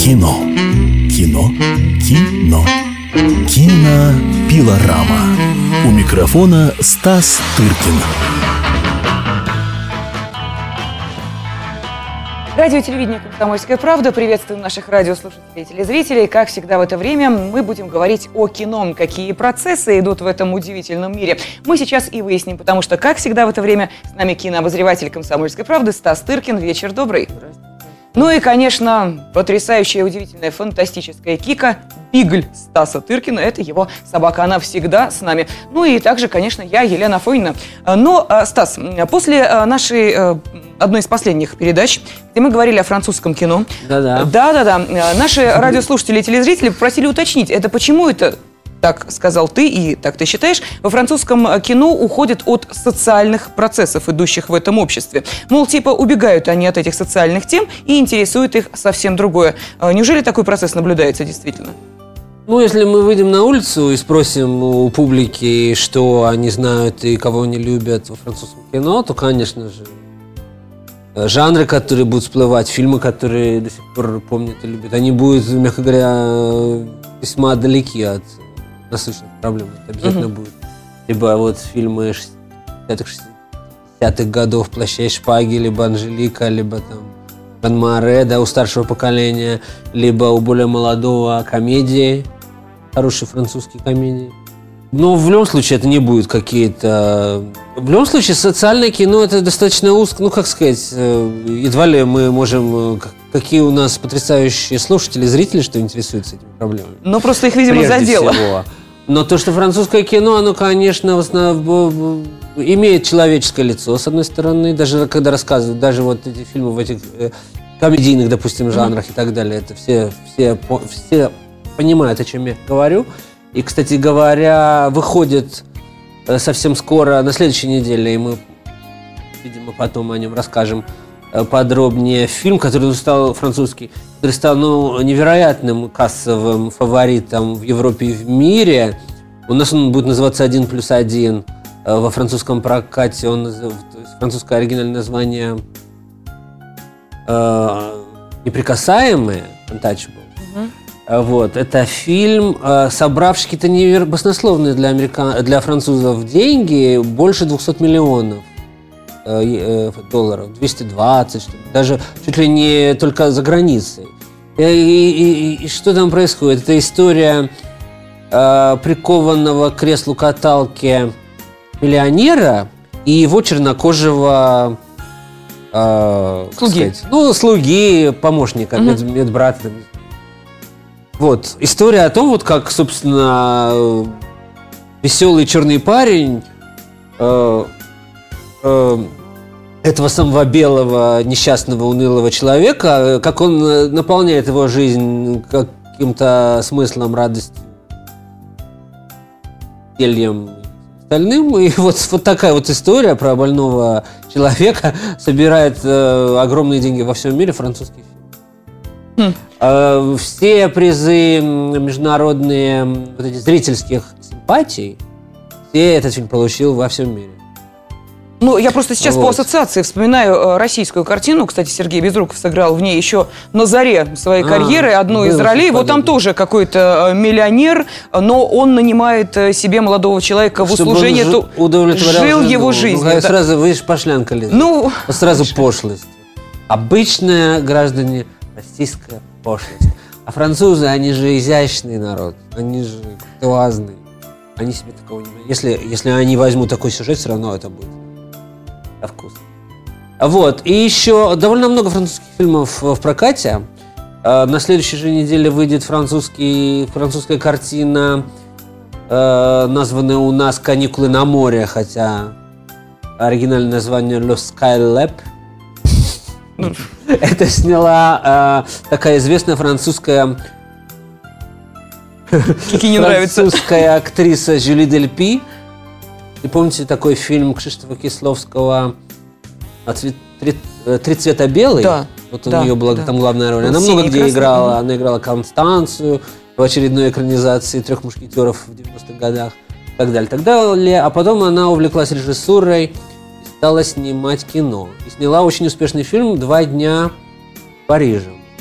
Кино. Кино. Кино. Кинопилорама. У микрофона Стас Тыркин. Радио и телевидение «Комсомольская правда». Приветствуем наших радиослушателей и телезрителей. Как всегда в это время мы будем говорить о кино. Какие процессы идут в этом удивительном мире. Мы сейчас и выясним, потому что, как всегда в это время, с нами кинообозреватель «Комсомольской правды» Стас Тыркин. Вечер добрый. Ну и, конечно, потрясающая, удивительная, фантастическая Кика, Бигль Стаса Тыркина. Это его собака, она всегда с нами. Ну и также, конечно, я, Елена Афонина. Но, Стас, после нашей одной из последних передач, где мы говорили о французском кино. Да-да, наши радиослушатели и телезрители попросили уточнить, это почему это... Так сказал ты, и так ты считаешь, во французском кино уходят от социальных процессов, идущих в этом обществе. Мол, типа, убегают они от этих социальных тем и интересует их совсем другое. Неужели такой процесс наблюдается действительно? Ну, если мы выйдем на улицу и спросим у публики, что они знают и кого они любят во французском кино, то, конечно же, жанры, которые будут всплывать, фильмы, которые до сих пор помнят и любят, они будут, мягко говоря, весьма далеки от насущных проблем. Это обязательно будет. Либо вот фильмы 60-х годов «Плаща и шпаги», либо «Анжелика», либо там «Бен Море», да, у старшего поколения, либо у более молодого комедии, хорошие французские комедии. Но в любом случае это не будет какие-то... В любом случае социальное кино это достаточно узко, ну как сказать, едва ли мы можем... Какие у нас потрясающие слушатели, зрители, что интересуются этими проблемами. Ну просто их, видимо, задело. Всего. Но то, что французское кино, оно, конечно, в основном имеет человеческое лицо, с одной стороны, даже когда рассказывают, даже вот эти фильмы в этих комедийных, допустим, жанрах и так далее, это все понимают, о чем я говорю. И, кстати говоря, выходит совсем скоро, на следующей неделе, и мы, видимо, потом о нем расскажем подробнее, фильм, который стал французский, который стал невероятным кассовым фаворитом в Европе и в мире. У нас он будет называться «1+1». Во французском прокате французское оригинальное название «Неприкасаемые», «Untouchable». Вот. Это фильм, собравший какие-то баснословные для французов деньги, больше 200 миллионов долларов, 220, что ли, даже чуть ли не только за границей. И что там происходит? Это история прикованного к креслу каталки миллионера и его чернокожего слуги, помощника, медбрата. Вот. История о том, вот как, собственно, веселый черный парень этого самого белого, несчастного, унылого человека, как он наполняет его жизнь каким-то смыслом, радостью, весельем и остальным. И вот такая вот история про больного человека собирает огромные деньги во всем мире, французский фильм. Все призы международные вот эти зрительских симпатий, все этот фильм получил во всем мире. Ну, я просто сейчас по ассоциации вспоминаю российскую картину. Кстати, Сергей Безруков сыграл в ней еще на заре своей карьеры одну из ролей. Вот там тоже какой-то миллионер, но он нанимает себе молодого человека в услужение. Жил его жизнь. Ну, сразу, видишь, пошлянка лезет. Ну, сразу пошлость. Обычные граждане, российская пошлость. А французы, они же изящный народ. Они же куртуазные. Они себе такого не... Если они возьмут такой сюжет, все равно это будет вкусно. Вот. И еще довольно много французских фильмов в прокате. На следующей же неделе выйдет французская картина, названная у нас «Каникулы на море», хотя оригинальное название «Le Skylab». Это сняла такая известная французская актриса Жюли Дельпи. И помните такой фильм Кшиштофа Кисловского «Три цвета белый»? Да. Вот у нее была там главная роль. Она много где играла. Она играла Констанцию в очередной экранизации «Трех мушкетеров» в 90-х годах. И так далее, так далее. А потом она увлеклась режиссурой и стала снимать кино. И сняла очень успешный фильм «2 дня в Париже».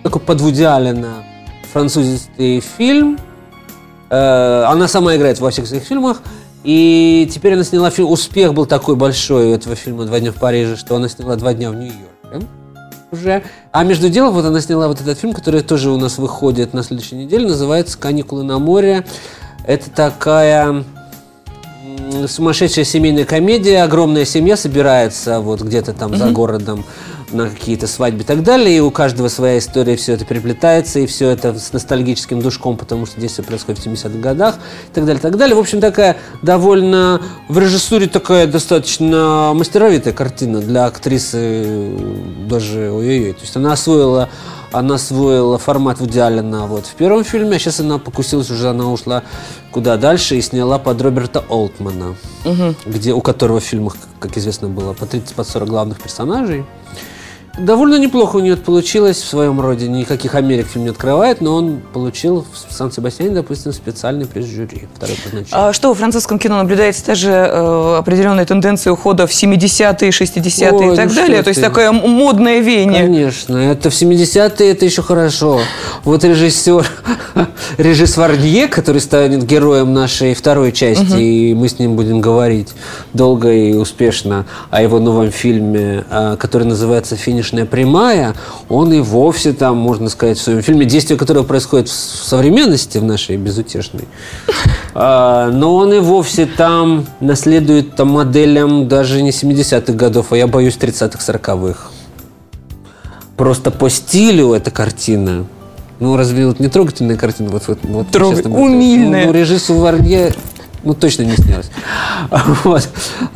такой под Вуди Аллена французский фильм. Она сама играет во всех своих фильмах. И теперь она сняла фильм. Успех был такой большой у этого фильма «Два дня в Париже», что она сняла «Два дня в Нью-Йорке» уже. А между делом вот она сняла вот этот фильм, который тоже у нас выходит на следующей неделе, называется «Каникулы на море». Это такая сумасшедшая семейная комедия. Огромная семья собирается вот где-то там за городом на какие-то свадьбы и так далее, и у каждого своя история, все это переплетается, и все это с ностальгическим душком, потому что здесь все происходит в 70-х годах, и так далее, и так далее. В общем, такая довольно, в режиссуре такая достаточно мастеровитая картина для актрисы, даже ой-ой-ой. То есть она освоила формат Вуди Аллена вот в первом фильме, а сейчас она покусилась уже, она ушла куда дальше и сняла под Роберта Олтмана, у которого в фильмах, как известно, было по 30-40 главных персонажей. Довольно неплохо у нее получилось в своем роде. Никаких Америк фильм не открывает, но он получил в Сан-Себастьяне, допустим, специальный приз жюри. Второй по значению. А что, в французском кино наблюдается даже определенные тенденции ухода в 70-е, 60-е и так далее? То есть такое модное веяние. Конечно. Это в 70-е, это еще хорошо. Вот режиссер Варнье, который станет героем нашей второй части, и мы с ним будем говорить долго и успешно о его новом фильме, который называется «Финишная прямая», он и вовсе там, можно сказать, в своем фильме, действие которого происходит в современности, в нашей безутешной, но он и вовсе там наследует там моделям даже не 70-х годов, а я боюсь 30-х, 40-х. Просто по стилю эта картина, ну, разве вот не трогательная картина? Вот, умильная. Ну, режиссер Варнье, точно не снялась. Вот.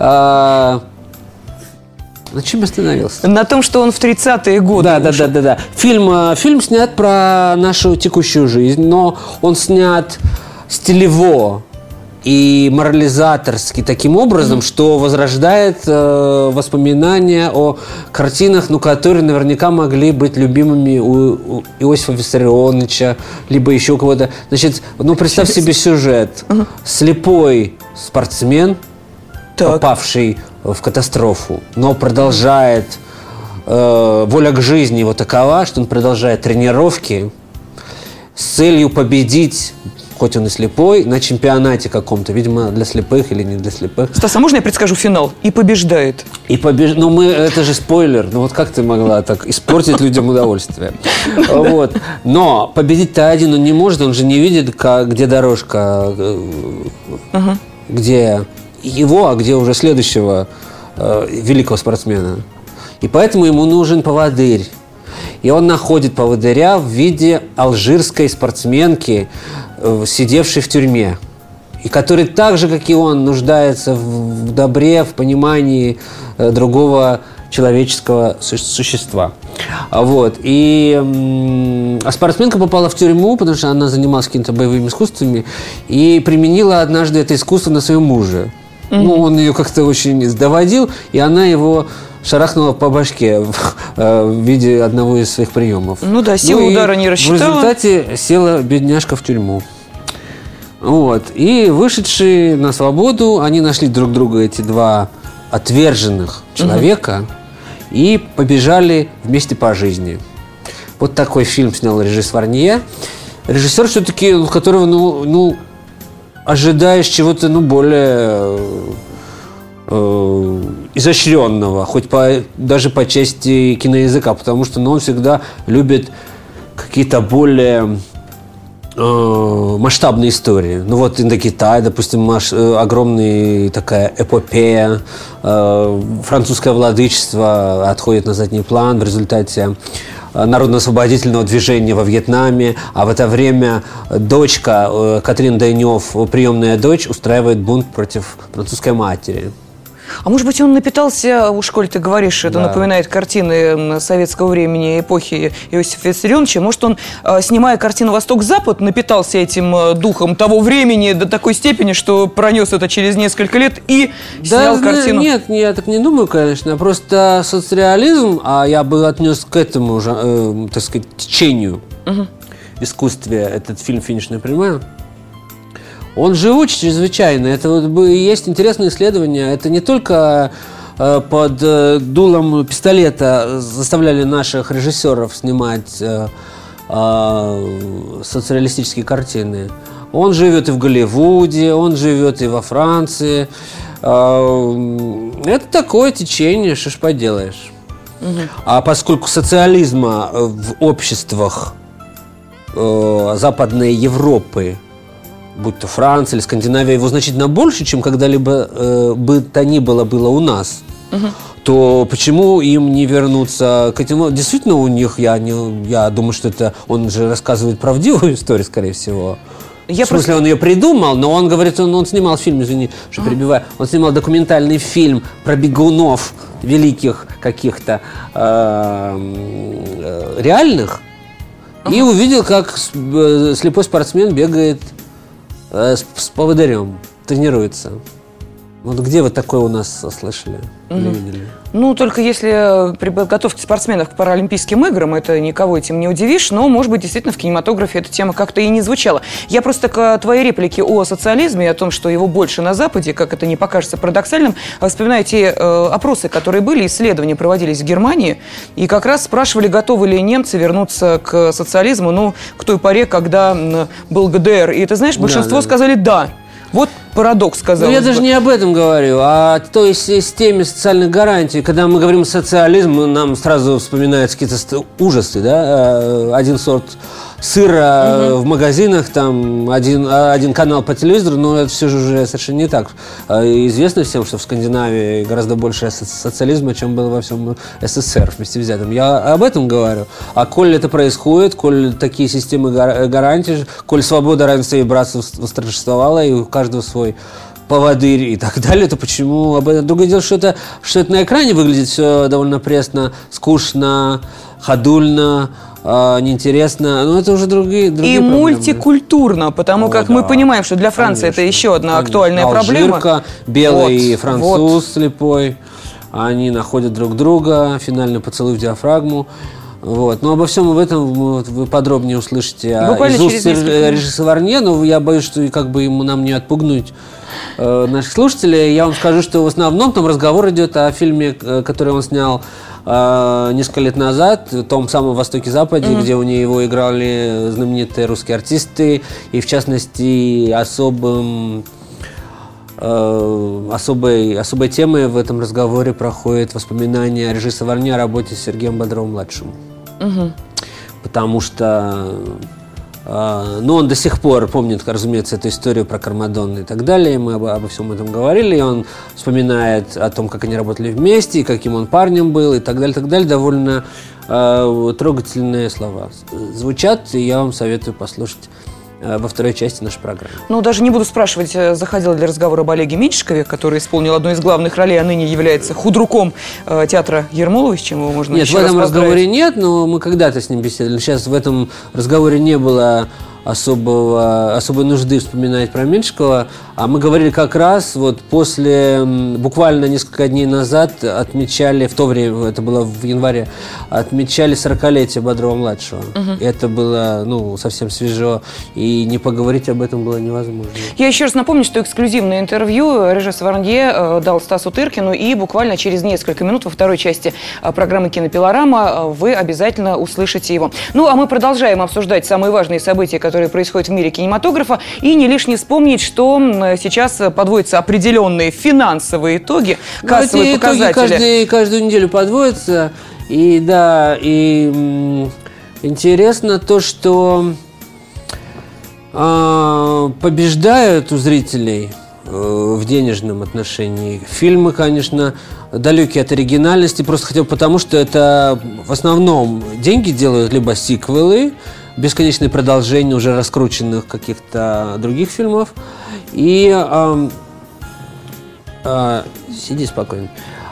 На чем я остановился? На том, что он в 30-е годы. Да. Фильм снят про нашу текущую жизнь, но он снят стилево и морализаторски таким образом, что возрождает воспоминания о картинах, которые наверняка могли быть любимыми у Иосифа Виссарионовича, либо еще у кого-то. Значит, представь себе сюжет. Слепой спортсмен, попавший в катастрофу, но продолжает, воля к жизни его такова, что он продолжает тренировки с целью победить, хоть он и слепой, на чемпионате каком-то, видимо, для слепых или не для слепых. Стас, а можно я предскажу финал? И побеждает. Это же спойлер. Как ты могла так испортить людям удовольствие? Вот. Но победить-то один он не может, он же не видит, где дорожка, где его, а где уже следующего великого спортсмена. И поэтому ему нужен поводырь. И он находит поводыря в виде алжирской спортсменки, сидевшей в тюрьме. И который так же, как и он, нуждается в добре, в понимании другого человеческого существа. Вот. А спортсменка попала в тюрьму, потому что она занималась какими-то боевыми искусствами и применила однажды это искусство на своем муже. Он ее как-то очень доводил, и она его шарахнула по башке в виде одного из своих приемов. Силу удара не рассчитала. В результате села бедняжка в тюрьму. Вот. И вышедшие на свободу, они нашли друг друга, эти два отверженных человека, и побежали вместе по жизни. Вот такой фильм снял режиссер Варнье. Режиссер все-таки, у которого, ожидаешь чего-то, более изощренного, хоть даже по части киноязыка, потому что он всегда любит какие-то более масштабные истории. Индокитай, допустим, огромная такая эпопея, французское владычество отходит на задний план в результате народно-освободительного движения во Вьетнаме, а в это время дочка Катрин Денев, приемная дочь, устраивает бунт против французской матери. А может быть, он напитался, уж коль ты говоришь, это напоминает картины советского времени, эпохи Иосифа Виссарионовича. Может, он, снимая картину «Восток-Запад», напитался этим духом того времени до такой степени, что пронес это через несколько лет и снял картину? Нет, я так не думаю, конечно. Просто соцреализм, а я бы отнес к этому же, так сказать, течению в искусстве этот фильм «Финишная прямая». Он живуч чрезвычайно. Это есть интересное исследование. Это не только под дулом пистолета заставляли наших режиссеров снимать социалистические картины. Он живет и в Голливуде, он живет и во Франции. Это такое течение, что ж поделаешь. А поскольку социализма в обществах Западной Европы, будь то Франция или Скандинавия, его значительно больше, чем когда-либо бы то ни было у нас, то почему им не вернуться к этим? Действительно, у них, я думаю, что это он же рассказывает правдивую историю, скорее всего. В смысле, он ее придумал, но он говорит, он снимал фильм, извини, что перебиваю, он снимал документальный фильм про бегунов великих каких-то реальных, и увидел, как слепой спортсмен бегает с поводырем, тренируется. Вот где вы такое у нас слышали или видели? Ну, только если при подготовке спортсменов к Паралимпийским играм, это никого этим не удивишь, но, может быть, действительно в кинематографе эта тема как-то и не звучала. Я просто к твоей реплике о социализме и о том, что его больше на Западе, как это не покажется парадоксальным, вспоминаю те опросы, которые были, исследования проводились в Германии, и как раз спрашивали, готовы ли немцы вернуться к социализму, ну, к той поре, когда был ГДР. И ты знаешь, большинство сказали «да». Вот парадокс, казалось бы. Я даже не об этом говорю, а о той системе социальных гарантий. Когда мы говорим социализм, нам сразу вспоминаются какие-то ужасы, да? Один сорт сыра в магазинах, там один канал по телевизору, но это все же уже совершенно не так. Известно всем, что в Скандинавии гораздо больше социализма, чем было во всем СССР вместе взятом. Я об этом говорю. А коль это происходит, коль такие системы гарантий, коль свобода, равенство и братство восторжествовало, и у каждого свой поводырь и так далее, то почему об этом? Другое дело, что это на экране выглядит все довольно пресно, скучно, ходульно, неинтересно, но это уже другие и проблемы. Мультикультурно, потому как мы понимаем, что для Франции это еще одна актуальная проблема. Алжирка, белый француз слепой, они находят друг друга, финальный поцелуй в диафрагму. Вот. Но обо всем об этом вы подробнее услышите из уст режиссера Варнье, но я боюсь, что как бы нам не отпугнуть наших слушателей. Я вам скажу, что в основном там разговор идет о фильме, который он снял несколько лет назад, в том самом «Востоке-Западе», где у него играли знаменитые русские артисты, и в частности особой темой в этом разговоре проходит воспоминание режиссера Варнье о работе с Сергеем Бодровым-младшим. Потому что он до сих пор помнит, разумеется, эту историю про Кармадон и так далее. Мы обо всем этом говорили, и он вспоминает о том, как они работали вместе, и каким он парнем был, и так далее, так далее. Довольно трогательные слова звучат, и я вам советую послушать во второй части нашей программы. Ну, даже не буду спрашивать, заходил ли разговор об Олеге Меньшикове, который исполнил одну из главных ролей, а ныне является худруком театра Ермоловой, с чем его можно еще раз поздравить. Нет, в этом разговоре нет, но мы когда-то с ним беседовали. Сейчас в этом разговоре не было особой нужды вспоминать про Меньшикова, а мы говорили как раз вот после, буквально несколько дней назад отмечали, в то время, это было в январе, отмечали 40-летие Бодрова-младшего. Это было, совсем свежо, и не поговорить об этом было невозможно. Я еще раз напомню, что эксклюзивное интервью режиссер Варнье дал Стасу Тыркину, и буквально через несколько минут во второй части программы «Кинопилорама» вы обязательно услышите его. Ну, а мы продолжаем обсуждать самые важные события, которые происходят в мире кинематографа, и не лишне вспомнить, что сейчас подводятся определенные финансовые итоги, кассовые показатели. Итоги каждую неделю подводятся, и интересно то, что побеждают у зрителей в денежном отношении фильмы, конечно, далекие от оригинальности, просто хотя бы потому, что это в основном деньги делают либо сиквелы, бесконечные продолжения уже раскрученных каких-то других фильмов. И сиди спокойно.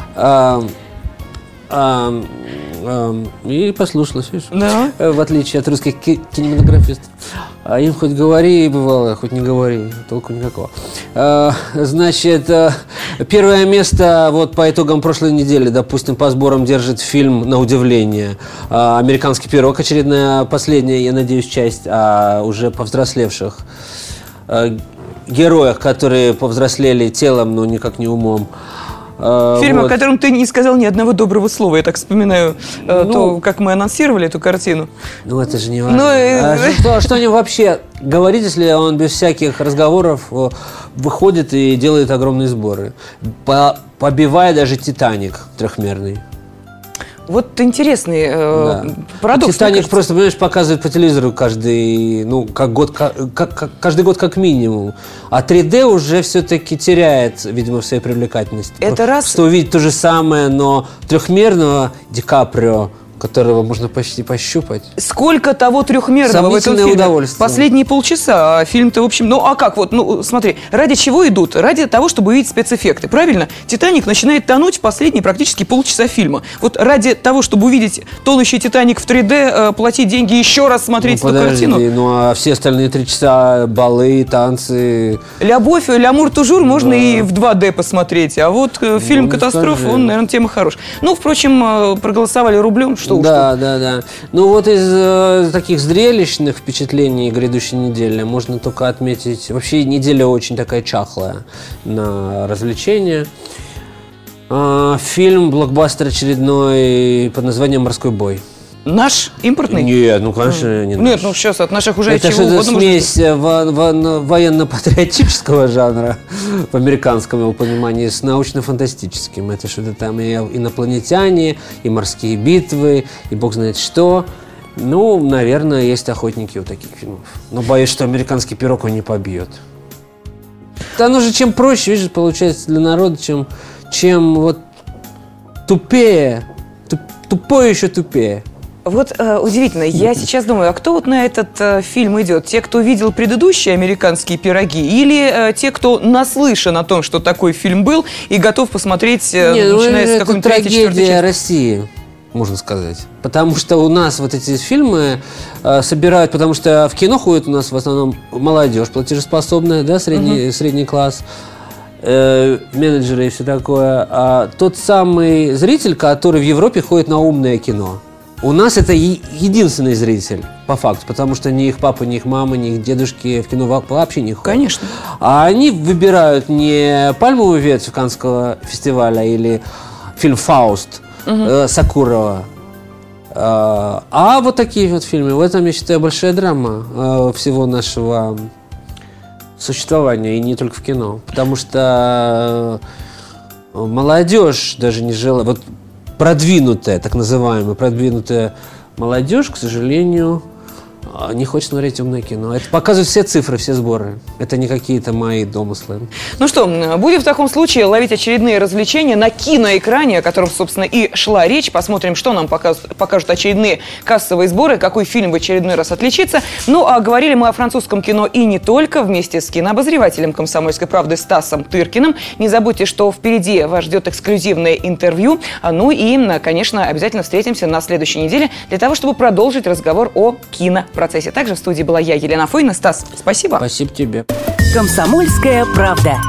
И послушалась, видишь? Да. В отличие от русских кинематографистов. Им хоть говори, бывало, хоть не говори, толку никакого. Значит, первое место вот по итогам прошлой недели, допустим, по сборам держит фильм «На удивление». «Американский пирог», очередная, последняя, я надеюсь, часть, уже повзрослевших героях, которые повзрослели телом, но никак не умом. Фильм, о котором ты не сказал ни одного доброго слова. Я так вспоминаю то, как мы анонсировали эту картину. Ну, это же не важно. Что о нем вообще говорить, если он без всяких разговоров выходит и делает огромные сборы, побивая даже «Титаник» трехмерный. Вот интересный парадокс. «Титаник» просто, понимаешь, показывает по телевизору каждый год как минимум. А 3D уже все-таки теряет, видимо, в своей привлекательности. Это раз. Что увидеть то же самое, но трехмерного Ди Каприо, которого можно почти пощупать. Сколько того трехмерного в этом фильме? Удовольствие. Последние полчаса. А фильм-то, в общем... Ну, а как? Вот, смотри, ради чего идут? Ради того, чтобы увидеть спецэффекты, правильно? «Титаник» начинает тонуть в последние практически полчаса фильма. Вот ради того, чтобы увидеть тонущий «Титаник» в 3D, платить деньги, еще раз смотреть эту картину. Ну, а все остальные 3 часа балы, танцы... «Любовь», «Лямур тужур» можно и в 2D посмотреть. А вот фильм «Катастрофа», он, наверное, тема хорош. Ну, впрочем, проголосовали рублем. Да. Ну вот из таких зрелищных впечатлений грядущей недели можно только отметить... Вообще неделя очень такая чахлая на развлечения. Фильм, блокбастер очередной под названием «Морской бой». Наш? Импортный? Нет, ну, конечно, не наш. Нет, ну сейчас от наших уже это чего угодно. Это смесь военно-патриотического жанра, в американском его понимании, с научно-фантастическим. Это что-то там и инопланетяне, и морские битвы, и бог знает что. Ну, наверное, есть охотники у таких фильмов. Но боюсь, что американский пирог он не побьет. Да оно же чем проще, видишь, получается для народа, чем вот тупее, тупое еще тупее. Вот удивительно, я сейчас думаю, а кто вот на этот фильм идет? Те, кто видел предыдущие американские пироги, или те, кто наслышан о том, что такой фильм был, и готов посмотреть, начиная с какой-нибудь 3-4 части? Это трагедия России, можно сказать. Потому что у нас вот эти фильмы собирают, потому что в кино ходит у нас в основном молодежь платежеспособная, да, средний класс, менеджеры и все такое. А тот самый зритель, который в Европе ходит на умное кино. У нас это единственный зритель, по факту, потому что ни их папа, ни их мама, ни их дедушки в кино вообще не ходят. Конечно. А они выбирают не «Пальмовую ветвь» Каннского фестиваля или фильм «Фауст» Сакурова, а вот такие вот фильмы. В этом, я считаю, большая драма всего нашего существования, и не только в кино. Потому что молодежь даже не желает... Вот продвинутая, так называемая продвинутая молодежь, к сожалению, не хочет смотреть умное кино. Это показывают все цифры, все сборы. Это не какие-то мои домыслы. Ну что, будем в таком случае ловить очередные развлечения на киноэкране, о котором, собственно, и шла речь. Посмотрим, что нам покажут очередные кассовые сборы, какой фильм в очередной раз отличится. Ну, а говорили мы о французском кино и не только, вместе с кинообозревателем «Комсомольской правды» Стасом Тыркиным. Не забудьте, что впереди вас ждет эксклюзивное интервью. Ну и, конечно, обязательно встретимся на следующей неделе для того, чтобы продолжить разговор о кинопроцессе. Также в студии была я, Елена Фойна. Стас, спасибо. Спасибо тебе. «Комсомольская правда».